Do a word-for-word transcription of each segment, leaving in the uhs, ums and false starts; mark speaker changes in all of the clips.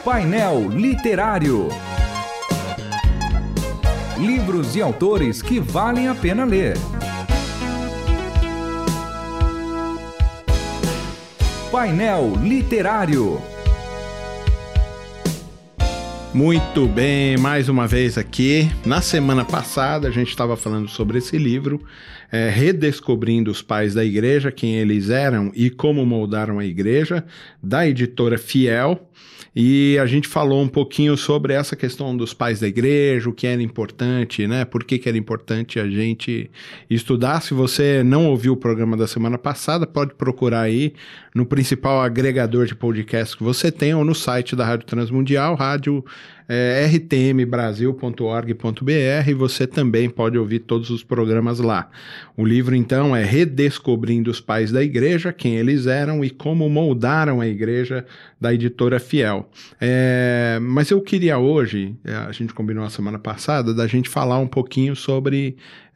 Speaker 1: Painel Literário. Livros e autores que valem a pena ler. Painel Literário.
Speaker 2: Muito bem, mais uma vez aqui. Na semana passada a gente estava falando sobre esse livro, é, Redescobrindo os Pais da Igreja, quem eles eram e como moldaram a Igreja, da editora Fiel. E a gente falou um pouquinho sobre essa questão dos pais da igreja, o que era importante, né? Por que que era importante a gente estudar. Se você não ouviu o programa da semana passada, pode procurar aí no principal agregador de podcast que você tem ou no site da Rádio Transmundial, rádio é, r t m brasil ponto org ponto b r, e você também pode ouvir todos os programas lá. O livro, então, é Redescobrindo os Pais da Igreja, quem eles eram e como moldaram a Igreja, da editora Fiel. É, mas eu queria hoje, a gente combinou a semana passada, da gente falar um pouquinho sobre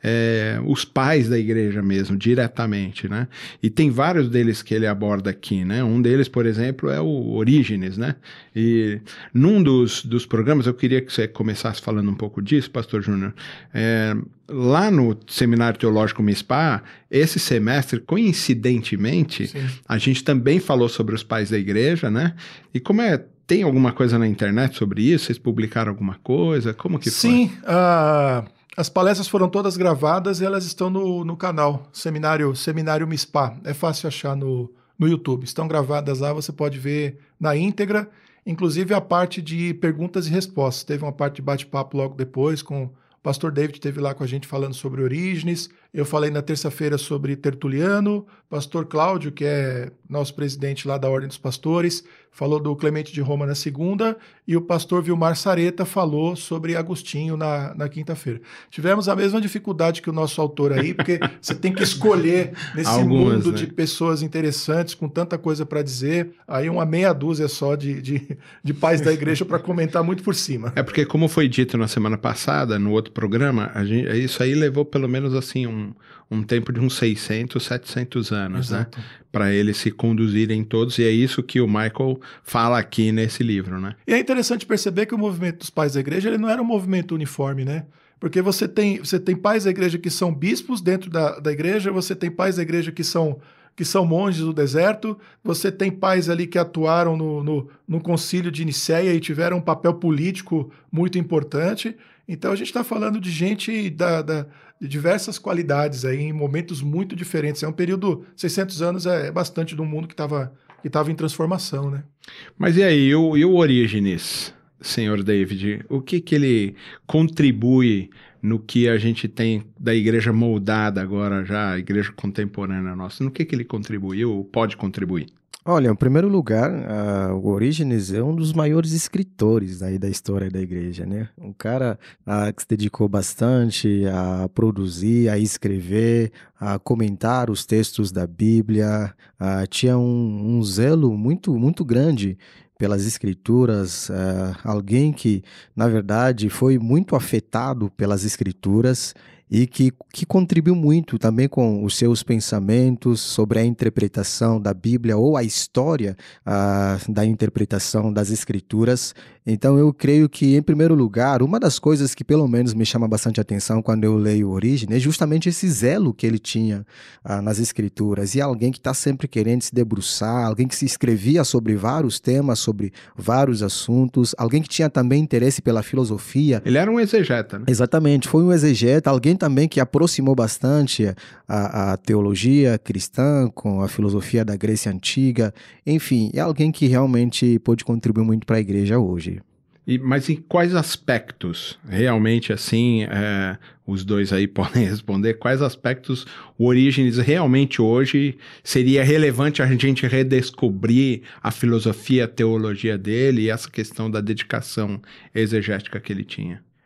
Speaker 2: é, os pais da igreja mesmo, diretamente, né? E tem vários deles que ele aborda aqui, né? Um deles, por exemplo, é o Orígenes, né? E num dos, dos programas, eu queria que você começasse falando um pouco disso, Pastor Júnior. É, lá no Seminário Teológico MISPA, esse semestre, coincidentemente, Sim. a gente também falou sobre os pais da igreja, né? E como é... Tem alguma coisa na internet sobre isso? Vocês publicaram alguma coisa? Como que
Speaker 3: Sim,
Speaker 2: foi?
Speaker 3: Sim, uh, as palestras foram todas gravadas e elas estão no, no canal, Seminário, Seminário MISPA. É fácil achar no, no YouTube. Estão gravadas lá, você pode ver na íntegra, inclusive a parte de perguntas e respostas. Teve uma parte de bate-papo logo depois com... O pastor David esteve lá com a gente falando sobre Orígenes. Eu falei na terça-feira sobre Tertuliano. Pastor Cláudio, que é nosso presidente lá da Ordem dos Pastores, falou do Clemente de Roma na segunda. E o pastor Vilmar Sareta falou sobre Agostinho na, na quinta-feira. Tivemos a mesma dificuldade que o nosso autor aí, porque você tem que escolher nesse
Speaker 2: Algumas,
Speaker 3: mundo
Speaker 2: né?
Speaker 3: de pessoas interessantes, com tanta coisa para dizer. Aí uma meia dúzia só de, de, de pais da igreja para comentar muito por cima.
Speaker 2: É porque, como foi dito na semana passada, no outro programa, a gente, isso aí levou pelo menos assim um, um tempo de uns seiscentos, setecentos anos, Exato. né? Para eles se conduzirem todos, e é isso que o Michael fala aqui nesse livro, né?
Speaker 3: E é interessante perceber que o movimento dos pais da igreja ele não era um movimento uniforme, né? Porque você tem, você tem pais da igreja que são bispos dentro da, da igreja, você tem pais da igreja que são... que são monges do deserto, você tem pais ali que atuaram no, no, no concílio de Nicéia e tiveram um papel político muito importante. Então a gente está falando de gente da, da, de diversas qualidades aí, em momentos muito diferentes. É um período, seiscentos anos é bastante de um mundo que estava que tava em transformação, né?
Speaker 2: Mas e aí, e o, e o Orígenes, senhor David, o que que ele contribui no que a gente tem da igreja moldada agora já, a igreja contemporânea nossa? No que que ele contribuiu ou pode contribuir?
Speaker 4: Olha, em primeiro lugar, uh, o Orígenes é um dos maiores escritores aí da história da igreja, né? Um cara uh, que se dedicou bastante a produzir, a escrever, a comentar os textos da Bíblia, uh, tinha um, um zelo muito, muito grande pelas escrituras, uh, alguém que, na verdade, foi muito afetado pelas escrituras e que, que contribuiu muito também com os seus pensamentos sobre a interpretação da Bíblia ou a história uh, da interpretação das Escrituras. Então eu creio que, em primeiro lugar, uma das coisas que pelo menos me chama bastante atenção quando eu leio Orígenes é justamente esse zelo que ele tinha uh, nas Escrituras. E alguém que está sempre querendo se debruçar, alguém que se escrevia sobre vários temas, sobre vários assuntos, alguém que tinha também interesse pela filosofia.
Speaker 2: Ele era um exegeta, né?
Speaker 4: Exatamente, foi um exegeta, alguém também que aproximou bastante a, a teologia cristã com a filosofia da Grécia Antiga. Enfim, é alguém que realmente pôde contribuir muito para a igreja hoje.
Speaker 2: E, mas em quais aspectos, realmente assim, é, os dois aí podem responder, quais aspectos o Orígenes realmente hoje seria relevante a gente redescobrir a filosofia, a teologia dele e essa questão da dedicação exegética que ele tinha?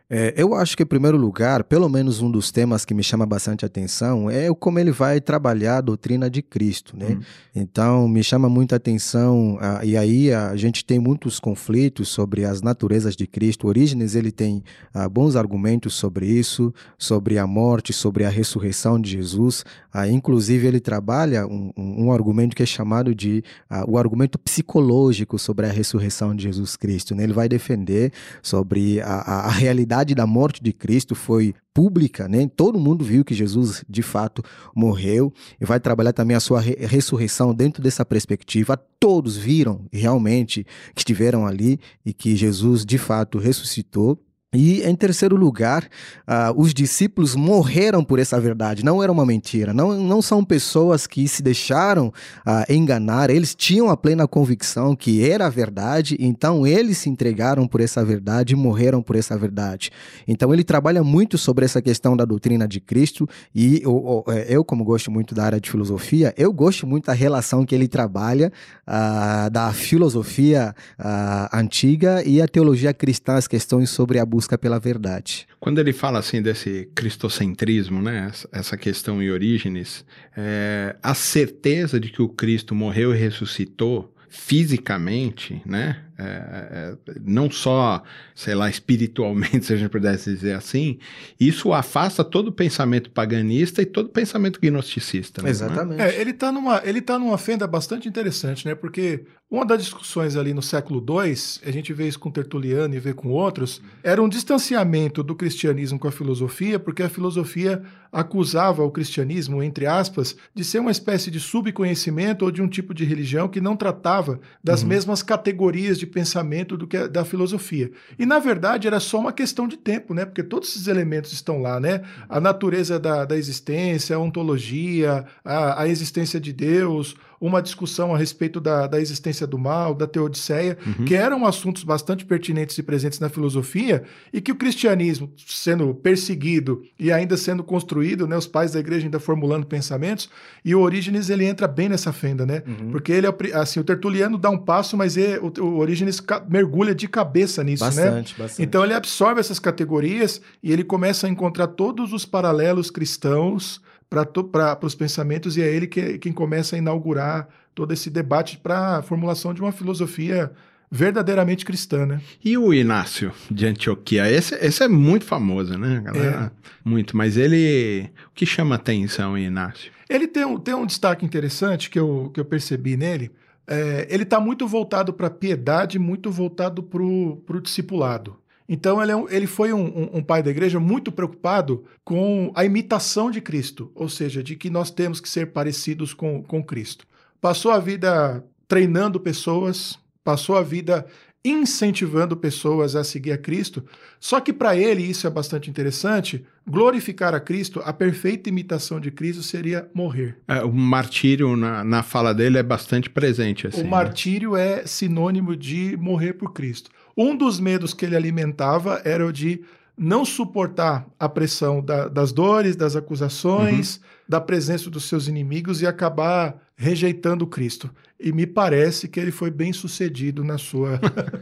Speaker 4: É, eu acho que, em primeiro lugar, pelo menos um dos temas que me chama bastante atenção é como ele vai trabalhar a doutrina de Cristo, né? Hum. Então, me chama muita atenção, ah, e aí a gente tem muitos conflitos sobre as naturezas de Cristo. Orígenes, ele tem ah, bons argumentos sobre isso, sobre a morte, sobre a ressurreição de Jesus. Ah, inclusive, ele trabalha um, um, um argumento que é chamado de ah, o argumento psicológico sobre a ressurreição de Jesus Cristo, né? Ele vai defender sobre a, a, a realidade da morte de Cristo foi pública, né? Todo mundo viu que Jesus de fato morreu, e vai trabalhar também a sua re- ressurreição dentro dessa perspectiva. Todos viram realmente que estiveram ali e que Jesus de fato ressuscitou. E, em terceiro lugar, uh, os discípulos morreram por essa verdade, não era uma mentira, não, não são pessoas que se deixaram uh, enganar, eles tinham a plena convicção que era a verdade, então eles se entregaram por essa verdade e morreram por essa verdade. Então ele trabalha muito sobre essa questão da doutrina de Cristo, e eu, eu como gosto muito da área de filosofia, eu gosto muito da relação que ele trabalha uh, da filosofia uh, antiga e a teologia cristã, as questões sobre a busca pela verdade.
Speaker 2: Quando ele fala assim desse cristocentrismo, né, essa questão em Orígenes, é, a certeza de que o Cristo morreu e ressuscitou fisicamente, né, é, é, não só, sei lá, espiritualmente, se a gente pudesse dizer assim, isso afasta todo o pensamento paganista e todo o pensamento gnosticista. Né?
Speaker 4: Exatamente.
Speaker 3: É, ele está numa, ele tá numa fenda bastante interessante, né? Porque uma das discussões ali no século dois, a gente vê isso com Tertuliano e vê com outros, era um distanciamento do cristianismo com a filosofia, porque a filosofia acusava o cristianismo, entre aspas, de ser uma espécie de subconhecimento ou de um tipo de religião que não tratava das uhum. mesmas categorias de pensamento do que a, da filosofia. E, na verdade, era só uma questão de tempo, né? Porque todos esses elementos estão lá, né? A natureza da, da existência, a ontologia, a, a existência de Deus, uma discussão a respeito da, da existência do mal, da teodiceia, uhum. que eram assuntos bastante pertinentes e presentes na filosofia, e que o cristianismo, sendo perseguido e ainda sendo construído, né, os pais da igreja ainda formulando pensamentos, e o Orígenes, ele entra bem nessa fenda, né? Uhum. Porque ele, assim, o Tertuliano dá um passo, mas ele, o, o Orígenes mergulha de cabeça nisso,
Speaker 4: bastante,
Speaker 3: né?
Speaker 4: Bastante.
Speaker 3: Então ele absorve essas categorias e ele começa a encontrar todos os paralelos cristãos para os pensamentos, e é ele que, quem começa a inaugurar todo esse debate para a formulação de uma filosofia verdadeiramente cristã, né?
Speaker 2: E o Inácio de Antioquia? Esse, esse é muito famoso, né, galera? É. Muito, mas ele... O que chama atenção em Inácio?
Speaker 3: Ele tem um, tem um destaque interessante que eu, que eu percebi nele. É, ele está muito voltado para a piedade, muito voltado para o discipulado. Então, ele, é um, ele foi um, um, um pai da igreja muito preocupado com a imitação de Cristo, ou seja, de que nós temos que ser parecidos com, com Cristo. Passou a vida treinando pessoas, passou a vida incentivando pessoas a seguir a Cristo, só que para ele, isso é bastante interessante, glorificar a Cristo, a perfeita imitação de Cristo seria morrer.
Speaker 2: É, o martírio na, na fala dele é bastante presente. Assim,
Speaker 3: o
Speaker 2: né?
Speaker 3: martírio é sinônimo de morrer por Cristo. Um dos medos que ele alimentava era o de não suportar a pressão da, das dores, das acusações, uhum. da presença dos seus inimigos e acabar rejeitando Cristo. E me parece que ele foi bem sucedido na sua...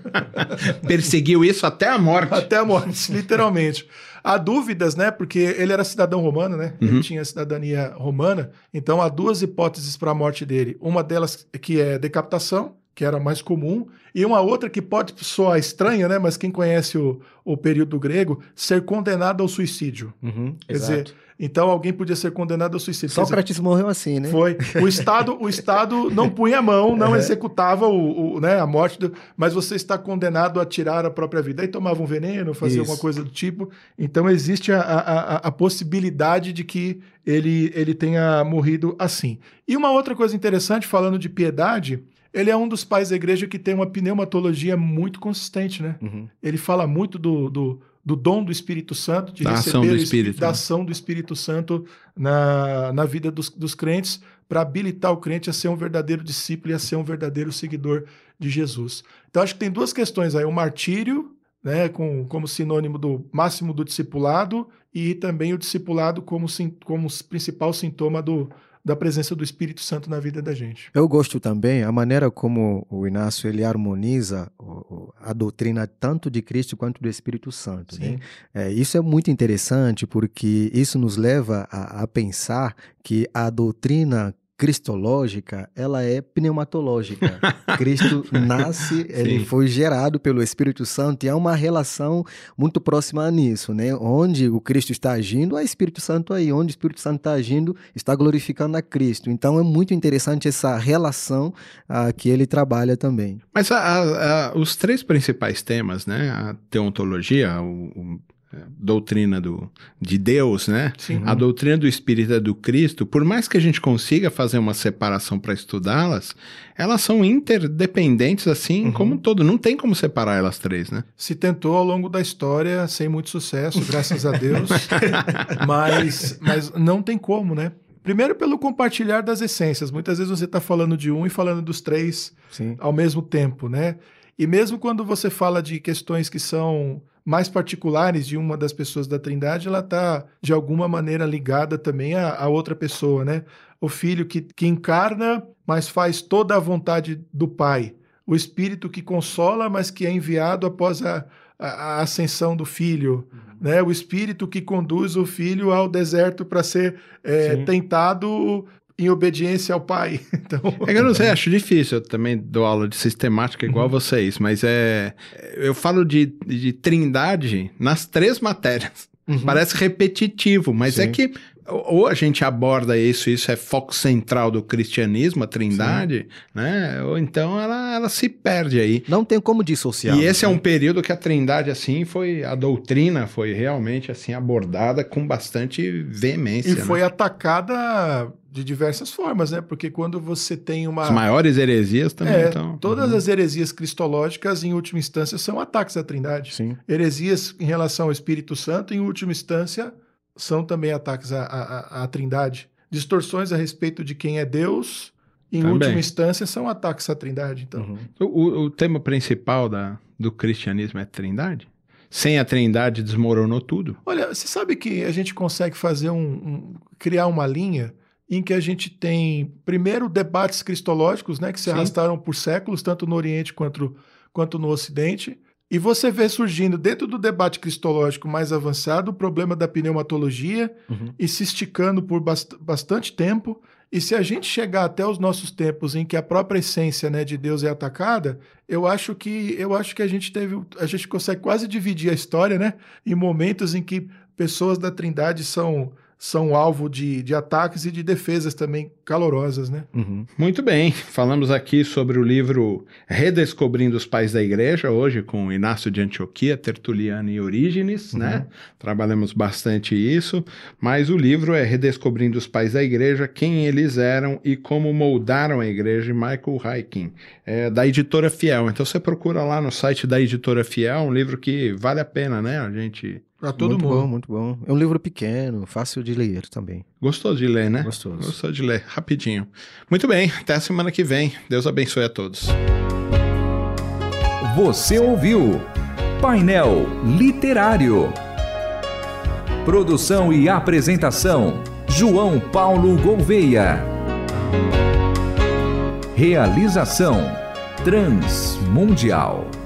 Speaker 2: Perseguiu isso até a morte.
Speaker 3: Até a morte, literalmente. Há dúvidas, né? Porque ele era cidadão romano, né? Uhum. Ele tinha cidadania romana. Então, há duas hipóteses para a morte dele. Uma delas que é decapitação, que era mais comum, e uma outra que pode soar estranha, né? Mas quem conhece o, o período grego, ser condenado ao suicídio.
Speaker 4: Uhum,
Speaker 3: Quer
Speaker 4: exato.
Speaker 3: dizer, então alguém podia ser condenado ao suicídio.
Speaker 4: Sócrates
Speaker 3: dizer,
Speaker 4: morreu assim, né?
Speaker 3: Foi. O Estado, o Estado não punha a mão, não uhum. executava o, o, né, a morte, do, mas você está condenado a tirar a própria vida. Aí tomava um veneno, fazia Isso. alguma coisa do tipo. Então existe a, a, a possibilidade de que ele, ele tenha morrido assim. E uma outra coisa interessante, falando de piedade... Ele é um dos pais da igreja que tem uma pneumatologia muito consistente, né? Uhum. Ele fala muito do, do, do dom do Espírito Santo, de
Speaker 2: da
Speaker 3: receber
Speaker 2: ação do Espírito,
Speaker 3: da
Speaker 2: né?
Speaker 3: ação do Espírito Santo na, na vida dos, dos crentes, para habilitar o crente a ser um verdadeiro discípulo e a ser um verdadeiro seguidor de Jesus. Então, acho que tem duas questões aí. O martírio, né, com, como sinônimo do máximo do discipulado, e também o discipulado como, como principal sintoma do da presença do Espírito Santo na vida da gente.
Speaker 4: Eu gosto também a maneira como o Inácio ele harmoniza a doutrina tanto de Cristo quanto do Espírito Santo. Né? É, isso é muito interessante porque isso nos leva a, a pensar que a doutrina cristológica, ela é pneumatológica. Cristo nasce, ele
Speaker 2: Sim.
Speaker 4: foi gerado pelo Espírito Santo e há uma relação muito próxima nisso, né? Onde o Cristo está agindo, há Espírito Santo aí. Onde o Espírito Santo está agindo, está glorificando a Cristo. Então é muito interessante essa relação uh, que ele trabalha também.
Speaker 2: Mas a, a, a, os três principais temas, né? A teontologia, o, o doutrina do, de Deus, né?
Speaker 3: Sim.
Speaker 2: A doutrina do Espírito e do Cristo, por mais que a gente consiga fazer uma separação para estudá-las, elas são interdependentes assim, uhum. como um todo. Não tem como separar elas três, né?
Speaker 3: Se tentou ao longo da história, sem muito sucesso, graças a Deus, mas, mas não tem como, né? Primeiro pelo compartilhar das essências. Muitas vezes você está falando de um e falando dos três Sim. ao mesmo tempo, né? E mesmo quando você fala de questões que são mais particulares de uma das pessoas da Trindade, ela está, de alguma maneira, ligada também a, a outra pessoa, né? O Filho que, que encarna, mas faz toda a vontade do Pai. O Espírito que consola, mas que é enviado após a, a, a ascensão do Filho. Uhum. Né? O Espírito que conduz o Filho ao deserto para ser é, tentado em obediência ao Pai. Então...
Speaker 2: É que eu não sei, acho difícil. Eu também dou aula de sistemática igual uhum. vocês, mas é, eu falo de, de trindade nas três matérias. Uhum. Parece repetitivo, mas Sim. é que ou a gente aborda isso, isso é foco central do cristianismo, a trindade, Sim. né? Ou então ela, ela se perde aí.
Speaker 4: Não tem como dissociar.
Speaker 2: E esse
Speaker 4: né?
Speaker 2: é um período que a trindade, assim, foi, a doutrina foi realmente, assim, abordada com bastante veemência.
Speaker 3: E
Speaker 2: né?
Speaker 3: foi atacada de diversas formas, né? Porque quando você tem uma...
Speaker 2: As maiores heresias também
Speaker 3: é,
Speaker 2: estão...
Speaker 3: Todas
Speaker 2: uhum.
Speaker 3: as heresias cristológicas, em última instância, são ataques à trindade.
Speaker 4: Sim.
Speaker 3: Heresias em relação ao Espírito Santo, em última instância... são também ataques à, à, à trindade. Distorções a respeito de quem é Deus, em
Speaker 2: também.
Speaker 3: última instância, são ataques à trindade. Então.
Speaker 2: Uhum. O, o tema principal da, do cristianismo é a trindade? Sem a trindade desmoronou tudo?
Speaker 3: Olha, você sabe que a gente consegue fazer um, um criar uma linha em que a gente tem, primeiro, debates cristológicos, né, que se Sim. arrastaram por séculos, tanto no Oriente quanto, quanto no Ocidente. E você vê surgindo dentro do debate cristológico mais avançado o problema da pneumatologia uhum. e se esticando por bast- bastante tempo. E se a gente chegar até os nossos tempos em que a própria essência, né, de Deus é atacada, eu acho que eu acho que a gente teve, a gente consegue quase dividir a história, né, em momentos em que pessoas da Trindade são são alvo de, de ataques e de defesas também calorosas, né?
Speaker 2: Uhum. Muito bem, falamos aqui sobre o livro Redescobrindo os Pais da Igreja, hoje com Inácio de Antioquia, Tertuliano e Orígenes, uhum. né? Trabalhamos bastante isso, mas o livro é Redescobrindo os Pais da Igreja, quem eles eram e como moldaram a igreja, de Michael Heiking, é, da Editora Fiel. Então você procura lá no site da Editora Fiel, um livro que vale a pena, né? A gente...
Speaker 3: Para todo
Speaker 4: muito
Speaker 3: mundo.
Speaker 4: Bom, muito bom. É um livro pequeno, fácil de ler também.
Speaker 2: Gostou de ler, né?
Speaker 4: Gostoso.
Speaker 2: Gostou de ler, rapidinho. Muito bem, até a semana que vem. Deus abençoe a todos.
Speaker 1: Você ouviu Painel Literário. Produção e apresentação, João Paulo Gouveia. Realização, Transmundial.